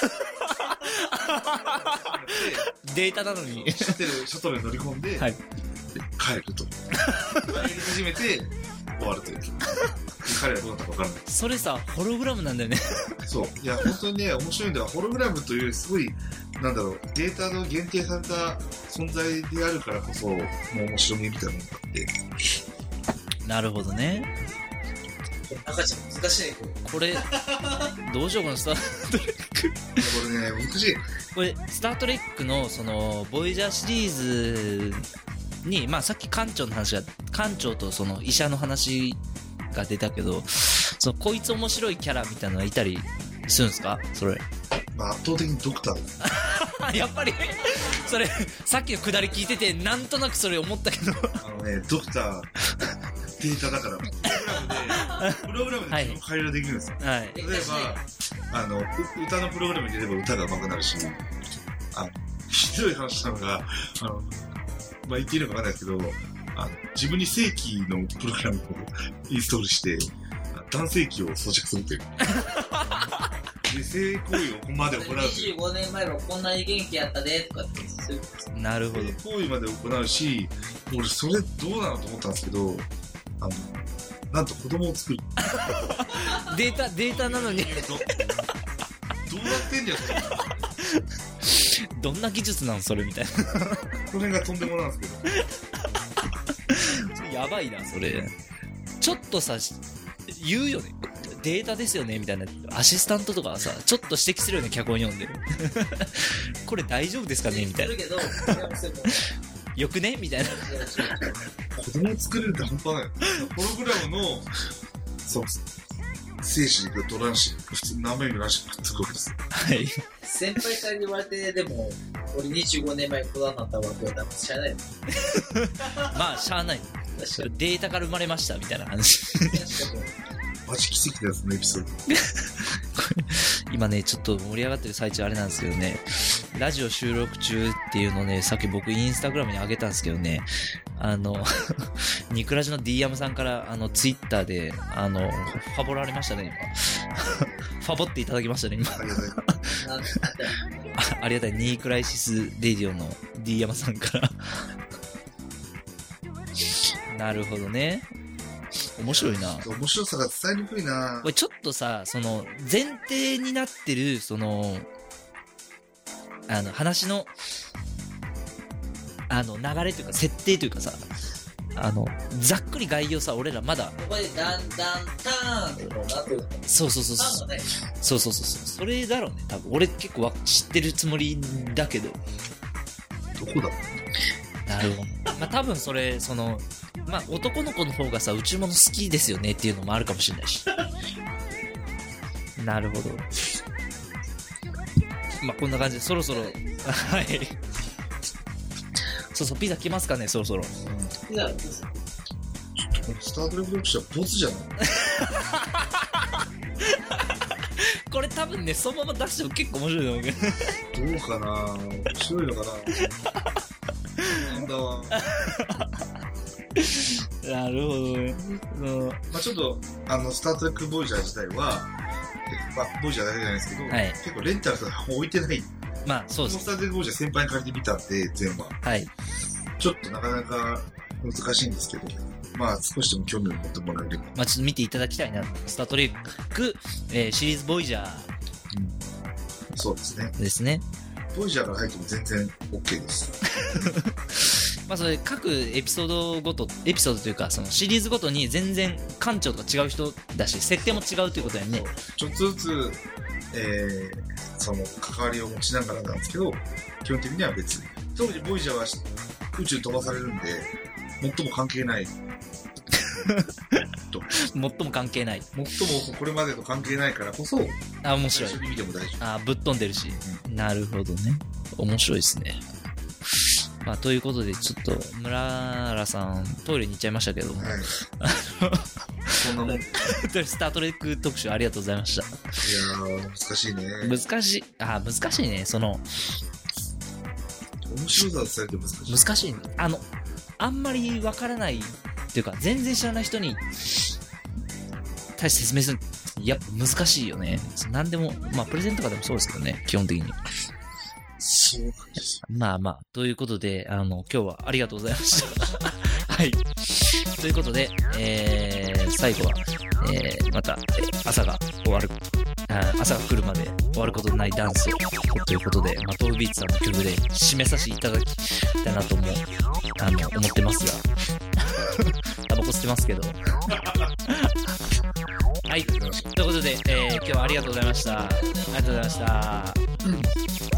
データなのに。 シャトル、シャトルに乗り込んで、はい、で帰ると。帰り始めて終わるという。彼はどうなったか分からない。 それさ、ホログラムなんだよね。 そう。いや、本当にね、面白いんだよ。ホログラムというすごい、なんだろう、データの限定された存在であるからこそ、もう面白みみたいなものがあって。 なるほどね。 赤ちゃん難しいね、 これ。どうしようかな、スタートレック。 これね、難しい。 これ、スタートレックの、その、ボイジャーシリーズに、まあさっき館長の話が、館長とその医者の話が出たけど、そのこいつ面白いキャラみたいなのがいたりするんですかそれ。 まあ圧倒的にドクターやっぱりそれさっきのくだり聞いててなんとなくそれ思ったけどあのねドクターデータだからプログラムでプログラムで自分改良できるんですよ、はい、例えばあの歌のプログラムに入れれば歌が上手くなるし、あのひどい話したのがあのまあ言っていいのかわかんないですけど、あの自分に正規のプログラムをインストールして男性器を装着するというで性行為をここまで行うという。 にじゅうごねんまえはこんなに元気やったでとかってそういうこと。 なるほど。 行為まで行うし、俺それどうなのと思ったんですけど、あのなんと子供を作る。 データデータなのに。 どうやってんじゃんそれ。 どんな技術なんそれみたいな。この辺がとんでもなんですけど。やばいなそれ。ちょっとさ言うよね。データですよねみたいなアシスタントとかはさちょっと指摘するよね脚本読んでこれ大丈夫ですかねみたいなよくねみたいな子供を作れるって半端ないよ。ホログラムのそう精子がトランシ普通に何枚ぐらいくっつくわけですよ。 はい先輩から言われてでも俺にじゅうごねんまえに子供になったわけはしゃあないまあしゃあないデータから生まれましたみたいな話マジ奇跡だよそのエピソード今ねちょっと盛り上がってる最中あれなんですけどねラジオ収録中っていうのをねさっき僕インスタグラムに上げたんですけどねあのニクラジの ディーエム さんからあのツイッターであのファボられましたね今ファボっていただきましたね今ありがたいありがたいニークライシスレディオの ディーエム さんからなるほどね面白いな。 面白さが伝えにくいな。 これちょっとさ、その前提になってるそのあの話のあの流れというか設定というかさ、あのざっくり概要さ俺らまだ。 ここでだんだんターンってこうなってる。 そうそうそうそう。そうそうそうそう。それだろうね。多分俺結構知ってるつもりだけど。 どこだ。 なるほど。まあ多分それその。まあ男の子の方がさ宇宙物好きですよねっていうのもあるかもしれないしなるほどまあこんな感じでそろそろはいそうそうピザ来ますかねそろそろ、うん、 ピザちょっとこのスタートレック読者ボツじゃないこれ多分ねそのまま出しても結構面白いと思うけどどうかな面白いのかななんだわなるほどね。 まあちょっとあのスタートレックボイジャー自体は、まあボイジャーだけじゃないですけど、はい、結構レンタルとか置いてない。 まあそうです。 スタートレックボイジャー先輩に借りてみたんで全話。はい。ちょっとなかなか難しいんですけど、まあ少しでも興味を持ってもらえれば。 まあちょっと見ていただきたいな。スタートレック、えー、シリーズボイジャー。 うん。そうですね。 ですね。 ボイジャーから入っても全然 OK です。 まあそれ各エピソードごとエピソードというかそのシリーズごとに全然館長とか違う人だし設定も違うということだよね。 ちょっとずつ、えー、その関わりを持ちながらなんですけど、基本的には別。特にボイジャーは宇宙飛ばされるんで最も関係ないと最も関係ない最もこれまでと関係ないからこそあ面白い最初に見ても大丈夫。 あぶっ飛んでるし、うん、なるほどね面白いですね。まあ、ということでちょっと村原さんトイレに行っちゃいましたけども、はい、 そんなもんスタートレック特集ありがとうございました。いやー難しいね。 難しいあ難しいね。その面白さを伝えて難しい難しい、ね、あのあんまりわからないっていうか全然知らない人に対して説明するやっぱ難しいよね。何でもまあプレゼンとかでもそうですけどね基本的に。 そうなんです。 まあまあということであの今日はありがとうございましたはいということで、えー、最後は、えー、また朝が終わるあ朝が来るまで終わることのないダンスをということで、まあ、トールビーツさんの曲で締めさせていただきたいなと思うあの思ってますがタバコ吸ってますけどはいということで、えー、今日はありがとうございました。ありがとうございました、うん